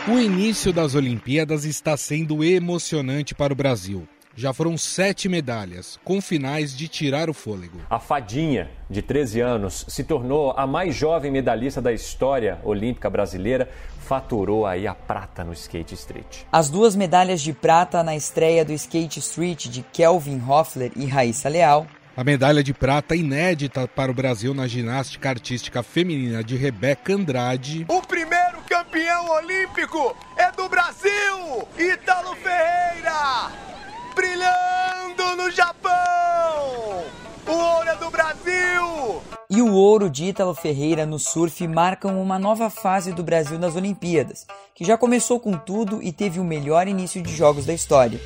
O início das Olimpíadas está sendo emocionante para o Brasil. Já foram 7 medalhas, com finais de tirar o fôlego. A Fadinha, de 13 anos, se tornou a mais jovem medalhista da história olímpica brasileira, faturou aí a prata no skate street. As 2 medalhas de prata na estreia do skate street de Kelvin Hoffler e Raíssa Leal. A medalha de prata inédita para o Brasil na ginástica artística feminina de Rebeca Andrade. O primeiro campeão olímpico é do Brasil, Ítalo Ferreira, brilhando no Japão. O ouro é do Brasil. E o ouro de Ítalo Ferreira no surf marcam uma nova fase do Brasil nas Olimpíadas, que já começou com tudo e teve o melhor início de jogos da história.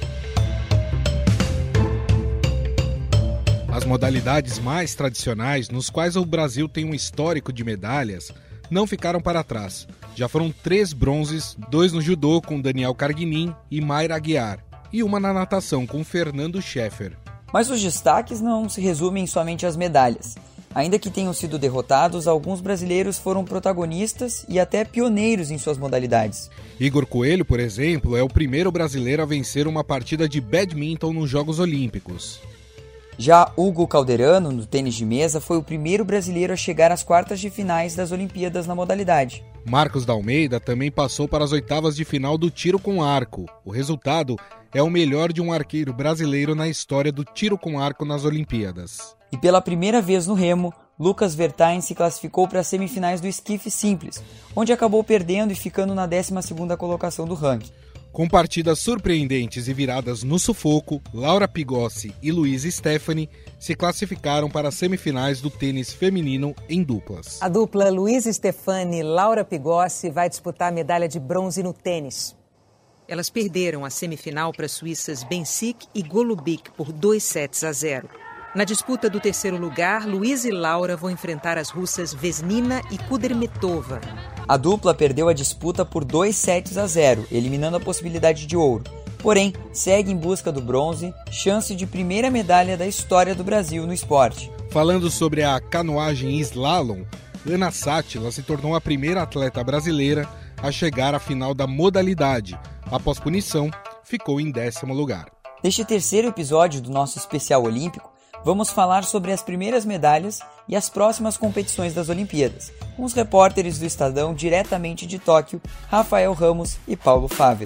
As modalidades mais tradicionais, nos quais o Brasil tem um histórico de medalhas, não ficaram para trás. Já foram 3 bronzes, 2 no judô com Daniel Carguinin e Mayra Aguiar, e uma na natação com Fernando Scheffer. Mas os destaques não se resumem somente às medalhas. Ainda que tenham sido derrotados, alguns brasileiros foram protagonistas e até pioneiros em suas modalidades. Igor Coelho, por exemplo, é o primeiro brasileiro a vencer uma partida de badminton nos Jogos Olímpicos. Já Hugo Calderano, no tênis de mesa, foi o primeiro brasileiro a chegar às quartas de finais das Olimpíadas na modalidade. Marcos da Almeida também passou para as oitavas de final do tiro com arco. O resultado é o melhor de um arqueiro brasileiro na história do tiro com arco nas Olimpíadas. E pela primeira vez no remo, Lucas Vertain se classificou para as semifinais do esquife simples, onde acabou perdendo e ficando na 12ª colocação do ranking. Com partidas surpreendentes e viradas no sufoco, Laura Pigossi e Luiz Stefani se classificaram para as semifinais do tênis feminino em duplas. A dupla Luiz Stefani e Laura Pigossi vai disputar a medalha de bronze no tênis. Elas perderam a semifinal para as suíças Bencic e Golubic por 2-0. Na disputa do terceiro lugar, Luiz e Laura vão enfrentar as russas Vesnina e Kudermetova. A dupla perdeu a disputa por 2-0, eliminando a possibilidade de ouro. Porém, segue em busca do bronze, chance de primeira medalha da história do Brasil no esporte. Falando sobre a canoagem slalom, Ana Sátila se tornou a primeira atleta brasileira a chegar à final da modalidade. Após punição, ficou em 10º lugar. Neste terceiro episódio do nosso especial olímpico, vamos falar sobre as primeiras medalhas e as próximas competições das Olimpíadas, com os repórteres do Estadão diretamente de Tóquio, Rafael Ramos e Paulo Fávero.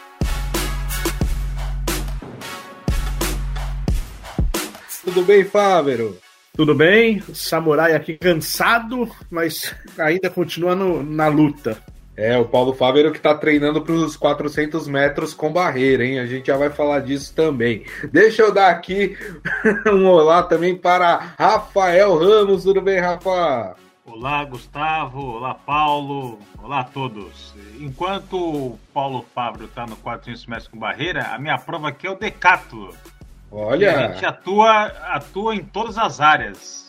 Tudo bem, Fávero? Tudo bem, Samurai aqui cansado, mas ainda continua na luta. O Paulo Fávero que está treinando para os 400 metros com barreira, hein? A gente já vai falar disso também. Deixa eu dar aqui um olá também para Rafael Ramos. Tudo bem, Rafa? Olá, Gustavo. Olá, Paulo. Olá a todos. Enquanto o Paulo Fávero está no 400 metros com barreira, a minha prova aqui é o decáthlon. Olha! E a gente atua em todas as áreas.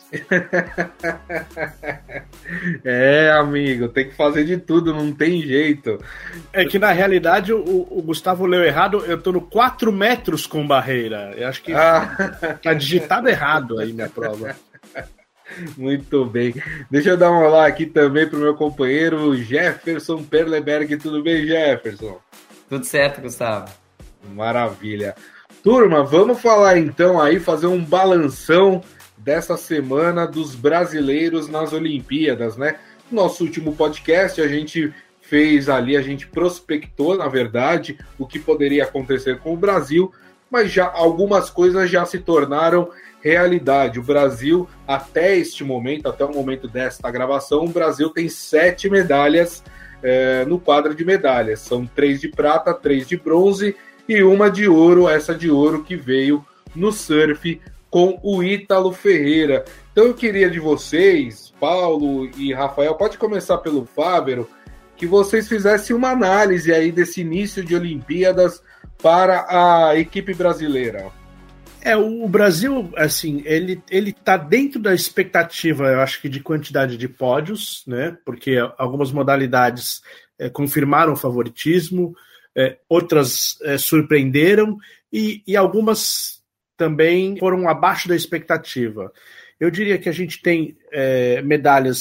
Amigo, tem que fazer de tudo, não tem jeito. É que na realidade o Gustavo leu errado, eu tô no 4 metros com barreira. Eu acho que tá digitado errado aí minha prova. Muito bem. Deixa eu dar um olá aqui também pro meu companheiro Jefferson Perleberg. Tudo bem, Jefferson? Tudo certo, Gustavo. Maravilha. Turma, vamos falar então aí, fazer um balanção dessa semana dos brasileiros nas Olimpíadas, né? Nosso último podcast a gente fez ali, a gente prospectou, na verdade, o que poderia acontecer com o Brasil, mas já algumas coisas já se tornaram realidade. O Brasil, até este momento, até o momento desta gravação, o Brasil tem 7 medalhas no quadro de medalhas. São 3 de prata, 3 de bronze e uma de ouro, essa de ouro que veio no surf com o Ítalo Ferreira. Então eu queria de vocês, Paulo e Rafael, pode começar pelo Fávero, que vocês fizessem uma análise aí desse início de Olimpíadas para a equipe brasileira. O Brasil, assim, ele tá dentro da expectativa, eu acho que de quantidade de pódios, né? Porque algumas modalidades confirmaram o favoritismo, outras surpreenderam e algumas também foram abaixo da expectativa. Eu diria que a gente tem medalhas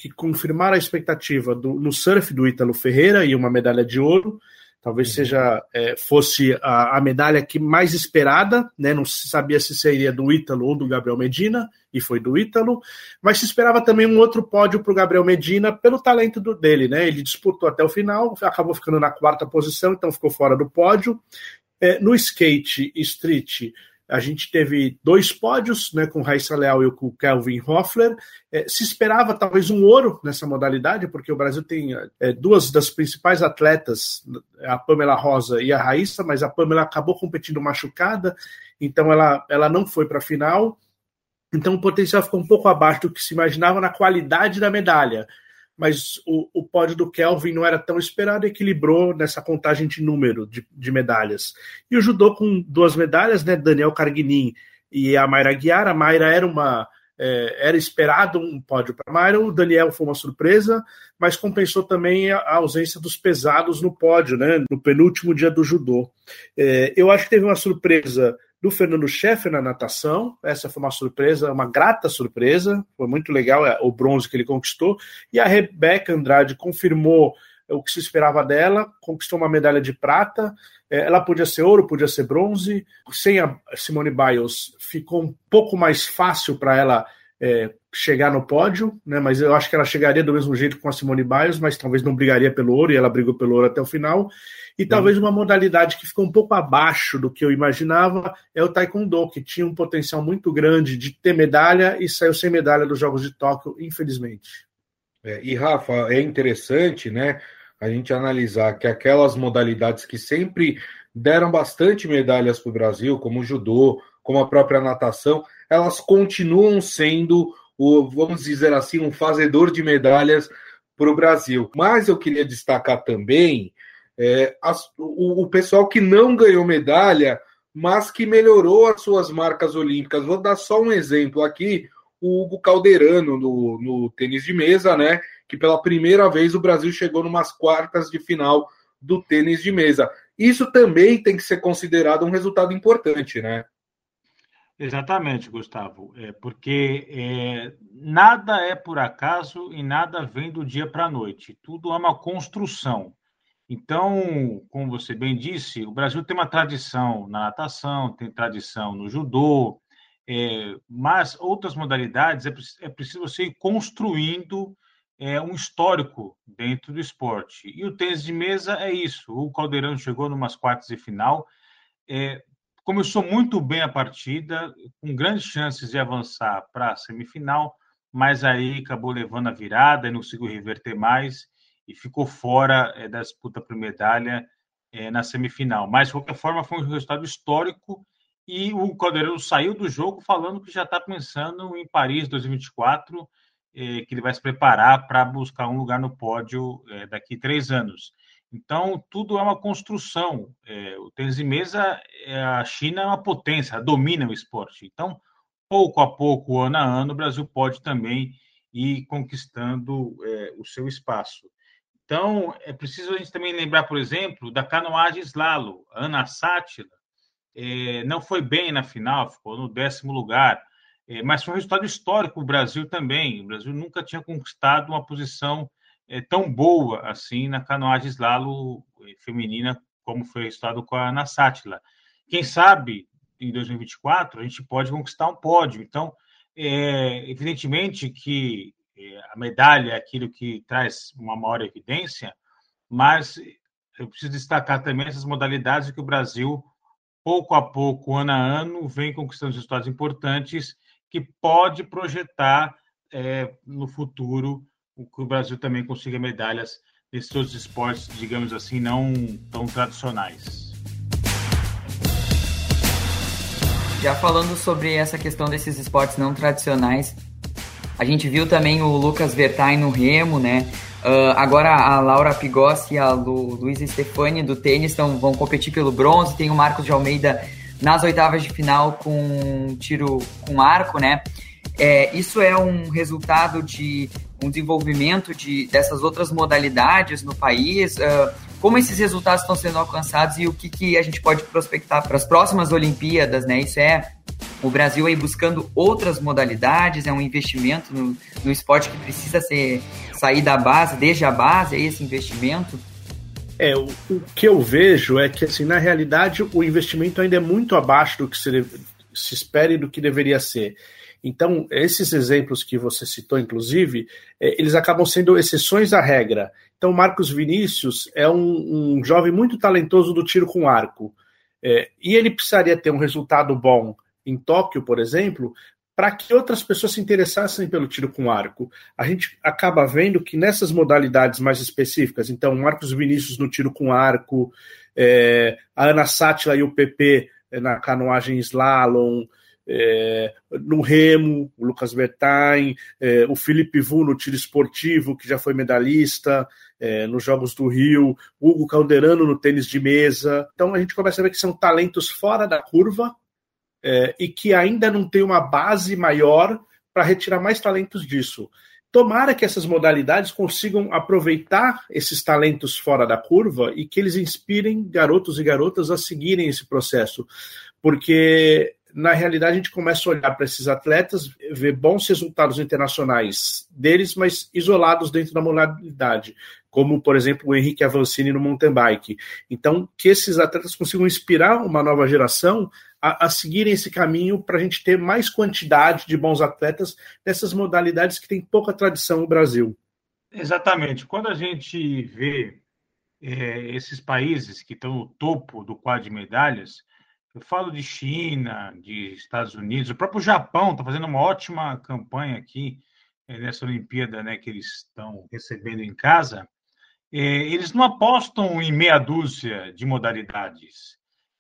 que confirmaram a expectativa no surf do Ítalo Ferreira e uma medalha de ouro. Talvez fosse a medalha que mais esperada, né? Não se sabia se seria do Ítalo ou do Gabriel Medina, e foi do Ítalo, mas se esperava também um outro pódio para o Gabriel Medina pelo talento dele, né? Ele disputou até o final, acabou ficando na 4ª posição, então ficou fora do pódio. No skate street, a gente teve 2 pódios, né, com o Raíssa Leal e com o Kelvin Hoffler. Se esperava talvez um ouro nessa modalidade, porque o Brasil tem 2 das principais atletas, a Pamela Rosa e a Raíssa, mas a Pamela acabou competindo machucada, então ela não foi para a final. Então o potencial ficou um pouco abaixo do que se imaginava na qualidade da medalha. Mas o pódio do Kelvin não era tão esperado e equilibrou nessa contagem de número de medalhas. E o judô com 2 medalhas, né, Daniel Carguinin e a Mayra Guiar. A Mayra era esperado um pódio para a Mayra, o Daniel foi uma surpresa, mas compensou também a ausência dos pesados no pódio, né, no penúltimo dia do judô. Eu acho que teve uma surpresa do Fernando Scheffer na natação. Essa foi uma surpresa, uma grata surpresa, foi muito legal o bronze que ele conquistou, e a Rebeca Andrade confirmou o que se esperava dela, conquistou uma medalha de prata. Ela podia ser ouro, podia ser bronze. Sem a Simone Biles ficou um pouco mais fácil para ela chegar no pódio, né? Mas eu acho que ela chegaria do mesmo jeito com a Simone Biles, mas talvez não brigaria pelo ouro, e ela brigou pelo ouro até o final. E talvez uma modalidade que ficou um pouco abaixo do que eu imaginava é o Taekwondo, que tinha um potencial muito grande de ter medalha e saiu sem medalha dos Jogos de Tóquio, infelizmente. E, Rafa, é interessante, né, a gente analisar que aquelas modalidades que sempre deram bastante medalhas para o Brasil, como o judô, como a própria natação, elas continuam sendo, vamos dizer assim, um fazedor de medalhas para o Brasil. Mas eu queria destacar também o pessoal que não ganhou medalha, mas que melhorou as suas marcas olímpicas. Vou dar só um exemplo aqui, o Hugo Calderano no tênis de mesa, né? Que pela primeira vez o Brasil chegou numas quartas de final do tênis de mesa. Isso também tem que ser considerado um resultado importante, né? Exatamente, Gustavo, porque nada é por acaso e nada vem do dia para a noite, tudo é uma construção. Então, como você bem disse, o Brasil tem uma tradição na natação, tem tradição no judô, mas outras modalidades é preciso você ir construindo um histórico dentro do esporte. E o tênis de mesa é isso. O Calderano chegou numas quartas de final, começou muito bem a partida, com grandes chances de avançar para a semifinal, mas aí acabou levando a virada e não conseguiu reverter mais e ficou fora da disputa por medalha na semifinal. Mas, de qualquer forma, foi um resultado histórico e o Calderano saiu do jogo falando que já está pensando em Paris 2024, que ele vai se preparar para buscar um lugar no pódio daqui a 3 anos. Então, tudo é uma construção. O tênis de mesa, a China é uma potência, domina o esporte. Então, pouco a pouco, ano a ano, o Brasil pode também ir conquistando o seu espaço. Então, é preciso a gente também lembrar, por exemplo, da canoagem slalom. A Ana Sátila não foi bem na final, ficou no 10º lugar, mas foi um resultado histórico o Brasil também. O Brasil nunca tinha conquistado uma posição tão boa assim na canoagem slalom feminina como foi o resultado com a Ana Sátila. Quem sabe, em 2024, a gente pode conquistar um pódio. Então, evidentemente que a medalha é aquilo que traz uma maior evidência, mas eu preciso destacar também essas modalidades que o Brasil, pouco a pouco, ano a ano, vem conquistando resultados importantes que pode projetar no futuro que o Brasil também consiga medalhas nesses outros esportes, digamos assim, não tão tradicionais. Já falando sobre essa questão desses esportes não tradicionais, a gente viu também o Lucas Vertain no remo, né? Agora a Laura Pigossi e a Luísa Stefani do tênis vão competir pelo bronze. Tem o Marcos de Almeida nas oitavas de final com tiro com arco, né? Isso é um resultado de um desenvolvimento dessas outras modalidades no país. Como esses resultados estão sendo alcançados e o que a gente pode prospectar para as próximas Olimpíadas, né? Isso é o Brasil aí buscando outras modalidades, é um investimento no esporte que precisa sair da base, desde a base, esse investimento? O que eu vejo é que, assim, na realidade, o investimento ainda é muito abaixo do que se espera e do que deveria ser. Então, esses exemplos que você citou, inclusive, eles acabam sendo exceções à regra. Então, Marcos Vinícius é um jovem muito talentoso do tiro com arco. E ele precisaria ter um resultado bom em Tóquio, por exemplo, para que outras pessoas se interessassem pelo tiro com arco. A gente acaba vendo que nessas modalidades mais específicas, então, Marcos Vinícius no tiro com arco, a Ana Sátila e o PP na canoagem slalom, no remo, o Lucas Bertain, o Felipe Vu no tiro esportivo, que já foi medalhista nos Jogos do Rio, o Hugo Calderano no tênis de mesa. Então a gente começa a ver que são talentos fora da curva e que ainda não tem uma base maior para retirar mais talentos disso. Tomara que essas modalidades consigam aproveitar esses talentos fora da curva e que eles inspirem garotos e garotas a seguirem esse processo, porque na realidade a gente começa a olhar para esses atletas, ver bons resultados internacionais deles, mas isolados dentro da modalidade, como, por exemplo, o Henrique Avancini no mountain bike. Então, que esses atletas consigam inspirar uma nova geração a seguirem esse caminho para a gente ter mais quantidade de bons atletas nessas modalidades que têm pouca tradição no Brasil. Exatamente. Quando a gente vê esses países que estão no topo do quadro de medalhas, eu falo de China, de Estados Unidos, o próprio Japão está fazendo uma ótima campanha aqui nessa Olimpíada, né, que eles estão recebendo em casa. Eles não apostam em meia dúzia de modalidades.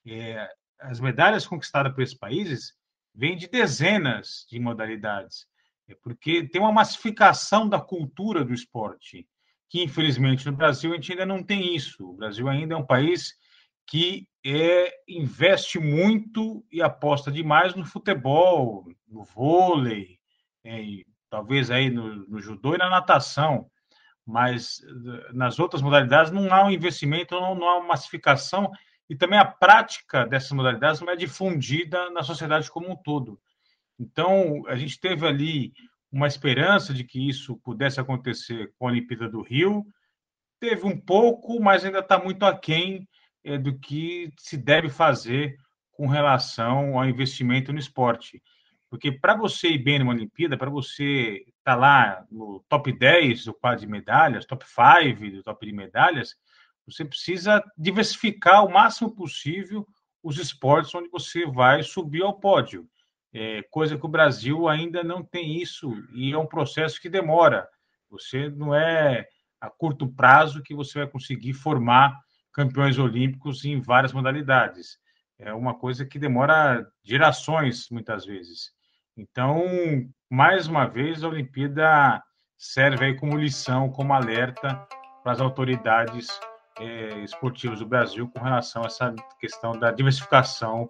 As medalhas conquistadas por esses países vêm de dezenas de modalidades, porque tem uma massificação da cultura do esporte, que infelizmente no Brasil a gente ainda não tem isso. O Brasil ainda é um país que investe muito e aposta demais no futebol, no vôlei, e talvez aí no judô e na natação, mas nas outras modalidades não há um investimento, não há uma massificação, e também a prática dessas modalidades não é difundida na sociedade como um todo. Então, a gente teve ali uma esperança de que isso pudesse acontecer com a Olimpíada do Rio, teve um pouco, mas ainda está muito aquém do que se deve fazer com relação ao investimento no esporte. Porque para você ir bem numa Olimpíada, para você estar lá no top 10 do quadro de medalhas, top 5 do top de medalhas, você precisa diversificar o máximo possível os esportes onde você vai subir ao pódio. Coisa que o Brasil ainda não tem isso, e é um processo que demora. Você não é a curto prazo que você vai conseguir formar campeões olímpicos em várias modalidades. É uma coisa que demora gerações, muitas vezes. Então, mais uma vez, a Olimpíada serve aí como lição, como alerta para as autoridades esportivas do Brasil com relação a essa questão da diversificação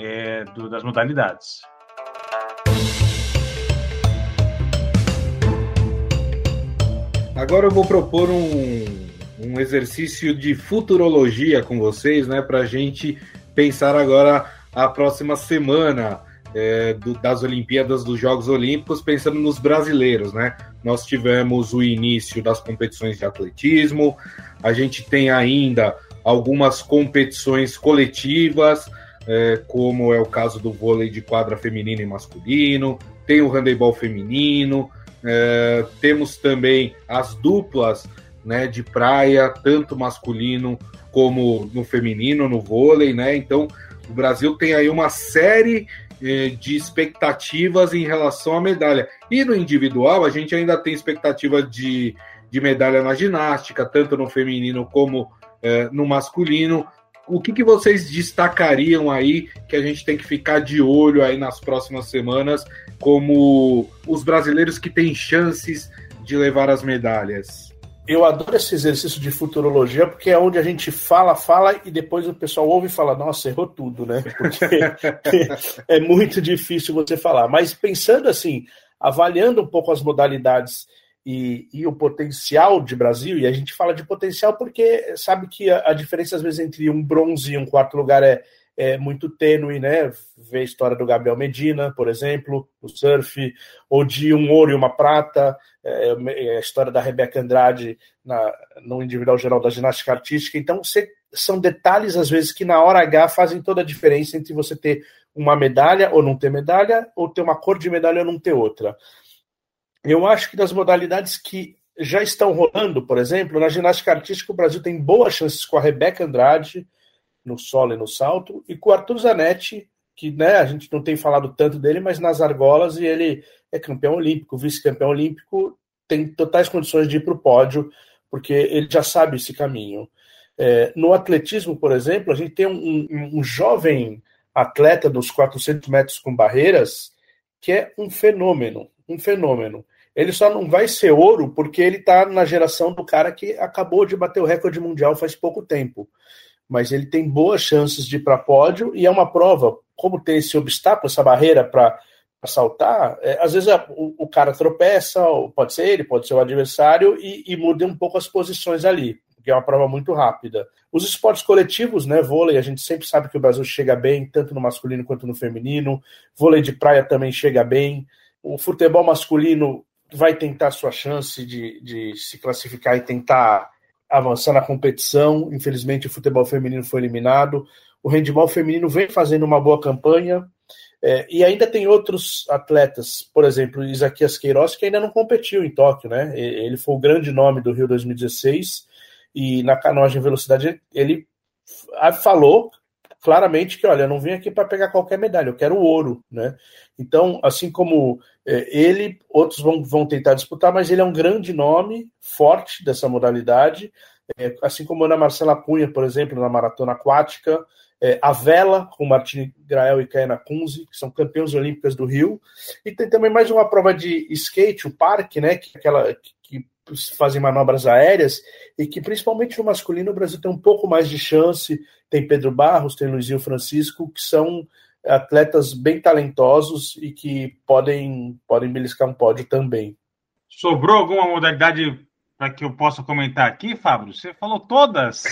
das modalidades. Agora eu vou propor um exercício de futurologia com vocês, né, para a gente pensar agora a próxima semana das Olimpíadas, dos Jogos Olímpicos, pensando nos brasileiros, né? Nós tivemos o início das competições de atletismo, a gente tem ainda algumas competições coletivas, como é o caso do vôlei de quadra feminino e masculino, tem o handebol feminino, temos também as duplas, né, de praia, tanto masculino como no feminino, no vôlei, né? Então, o Brasil tem aí uma série de expectativas em relação à medalha. E no individual, a gente ainda tem expectativa de medalha na ginástica, tanto no feminino como no masculino. O que vocês destacariam aí que a gente tem que ficar de olho aí nas próximas semanas como os brasileiros que têm chances de levar as medalhas? Eu adoro esse exercício de futurologia, porque é onde a gente fala, e depois o pessoal ouve e fala, nossa, errou tudo, né? Porque é muito difícil você falar. Mas pensando assim, avaliando um pouco as modalidades e o potencial de Brasil, e a gente fala de potencial porque sabe que a diferença às vezes entre um bronze e um quarto lugar muito tênue, né? Ver a história do Gabriel Medina, por exemplo, no surf, ou de um ouro e uma prata, a história da Rebeca Andrade no individual geral da ginástica artística. Então, são detalhes, às vezes, que na hora H fazem toda a diferença entre você ter uma medalha ou não ter medalha, ou ter uma cor de medalha ou não ter outra. Eu acho que das modalidades que já estão rolando, por exemplo, na ginástica artística o Brasil tem boas chances com a Rebeca Andrade, no solo e no salto, e com o Arthur Zanetti, que, né, a gente não tem falado tanto dele, mas nas argolas, e ele é campeão olímpico, vice-campeão olímpico, tem totais condições de ir para o pódio, porque ele já sabe esse caminho. No atletismo, por exemplo, a gente tem um jovem atleta dos 400 metros com barreiras, que é um fenômeno. Ele só não vai ser ouro porque ele está na geração do cara que acabou de bater o recorde mundial faz pouco tempo. Mas ele tem boas chances de ir para pódio, e é uma prova, como tem esse obstáculo, essa barreira para saltar, às vezes o cara tropeça, pode ser ele, pode ser o adversário, e muda um pouco as posições ali, porque é uma prova muito rápida. Os esportes coletivos, né, vôlei, a gente sempre sabe que o Brasil chega bem, tanto no masculino quanto no feminino, vôlei de praia também chega bem, o futebol masculino vai tentar sua chance de se classificar e tentar avançar na competição. Infelizmente o futebol feminino foi eliminado, o handebol feminino vem fazendo uma boa campanha, e ainda tem outros atletas, por exemplo, Isaquias Queiroz, que ainda não competiu em Tóquio, né? Ele foi o grande nome do Rio 2016, e na canoagem velocidade ele falou claramente que, olha, eu não vim aqui para pegar qualquer medalha, eu quero o ouro, né? Então, assim como ele, outros vão tentar disputar, mas ele é um grande nome, forte dessa modalidade, assim como a Ana Marcela Cunha, por exemplo, na maratona aquática, a vela, com Martine Grael e Kaena Kunze, que são campeãs olímpicas do Rio, e tem também mais uma prova de skate, o parque, né, que fazem manobras aéreas, e que principalmente no masculino o Brasil tem um pouco mais de chance. Tem Pedro Barros, tem Luizinho Francisco, que são atletas bem talentosos e que podem beliscar um pódio também. Sobrou alguma modalidade para que eu possa comentar aqui, Fábio? Você falou todas.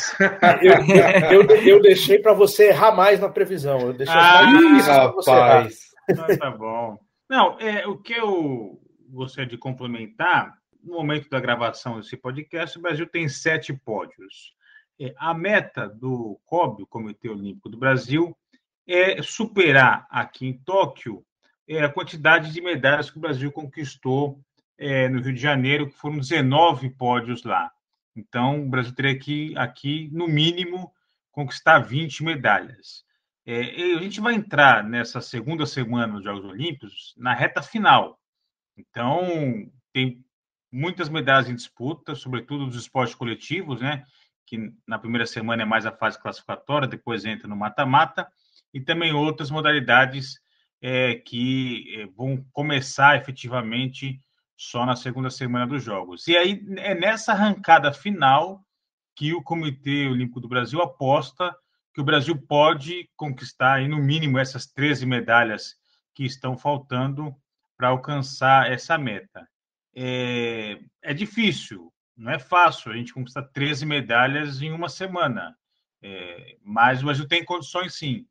eu deixei para você errar mais na previsão. Eu deixei rapaz. Tá bom. Não, o que eu gostaria de complementar, no momento da gravação desse podcast, o Brasil tem 7 pódios. A meta do COB, o Comitê Olímpico do Brasil, é superar aqui em Tóquio a quantidade de medalhas que o Brasil conquistou no Rio de Janeiro, que foram 19 pódios lá. Então, o Brasil teria que, aqui, no mínimo, conquistar 20 medalhas. A gente vai entrar nessa segunda semana dos Jogos Olímpicos na reta final. Então, tem muitas medalhas em disputa, sobretudo dos esportes coletivos, né? Que na primeira semana é mais a fase classificatória, depois entra no mata-mata, e também outras modalidades que vão começar efetivamente só na segunda semana dos Jogos. E aí é nessa arrancada final que o Comitê Olímpico do Brasil aposta que o Brasil pode conquistar aí, no mínimo, essas 13 medalhas que estão faltando para alcançar essa meta. É difícil, não é fácil a gente conquistar 13 medalhas em uma semana, mas o Brasil tem condições, sim.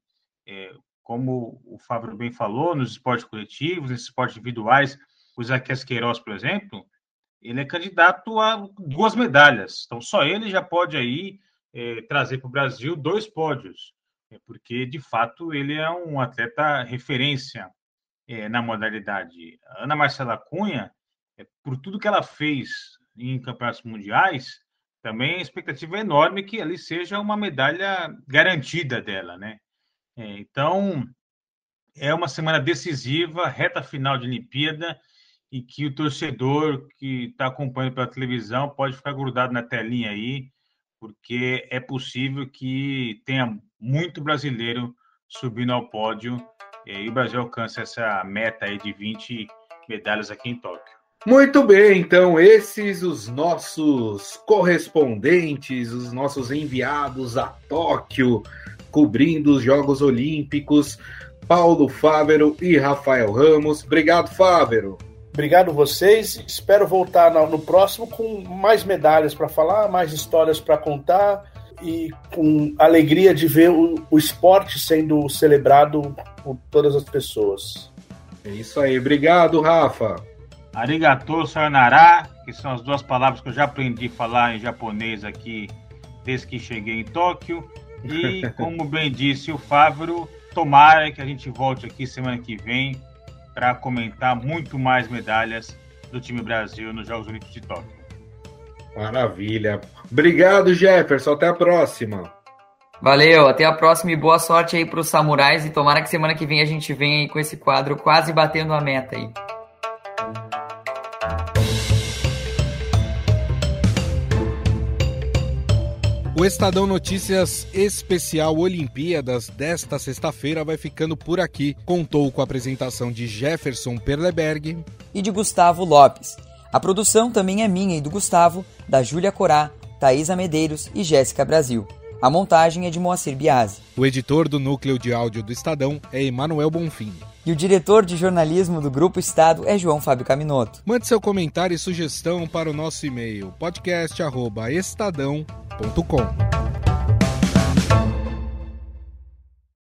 Como o Fábio bem falou, nos esportes coletivos, nesses esportes individuais, o Isaquias Queiroz, por exemplo, ele é candidato a 2 medalhas. Então, só ele já pode aí trazer para o Brasil 2 pódios, porque, de fato, ele é um atleta referência na modalidade. A Ana Marcela Cunha, por tudo que ela fez em campeonatos mundiais, também a expectativa é enorme que ali seja uma medalha garantida dela, né? Então, é uma semana decisiva, reta final de Olimpíada, e que o torcedor que está acompanhando pela televisão pode ficar grudado na telinha aí, porque é possível que tenha muito brasileiro subindo ao pódio e o Brasil alcance essa meta aí de 20 medalhas aqui em Tóquio. Muito bem, então esses os nossos correspondentes, os nossos enviados a Tóquio, cobrindo os Jogos Olímpicos, Paulo Fávero e Rafael Ramos. Obrigado, Fávero. Obrigado vocês. Espero voltar no próximo com mais medalhas para falar, mais histórias para contar e com alegria de ver o esporte sendo celebrado por todas as pessoas. É isso aí. Obrigado, Rafa. Arigatou, sayonara, que são as duas palavras que eu já aprendi a falar em japonês aqui desde que cheguei em Tóquio. E, como bem disse o Fávero, tomara que a gente volte aqui semana que vem para comentar muito mais medalhas do time Brasil nos Jogos Olímpicos de Tóquio. Maravilha. Obrigado, Jefferson. Até a próxima. Valeu, até a próxima e boa sorte aí para os samurais. E tomara que semana que vem a gente venha aí com esse quadro quase batendo a meta aí. O Estadão Notícias Especial Olimpíadas desta sexta-feira vai ficando por aqui. Contou com a apresentação de Jefferson Perleberg e de Gustavo Lopes. A produção também é minha e do Gustavo, da Júlia Corá, Thaisa Medeiros e Jéssica Brasil. A montagem é de Moacir Biasi. O editor do núcleo de áudio do Estadão é Emanuel Bonfim. E o diretor de jornalismo do Grupo Estado é João Fábio Caminoto. Mande seu comentário e sugestão para o nosso e-mail podcast@estadão.com.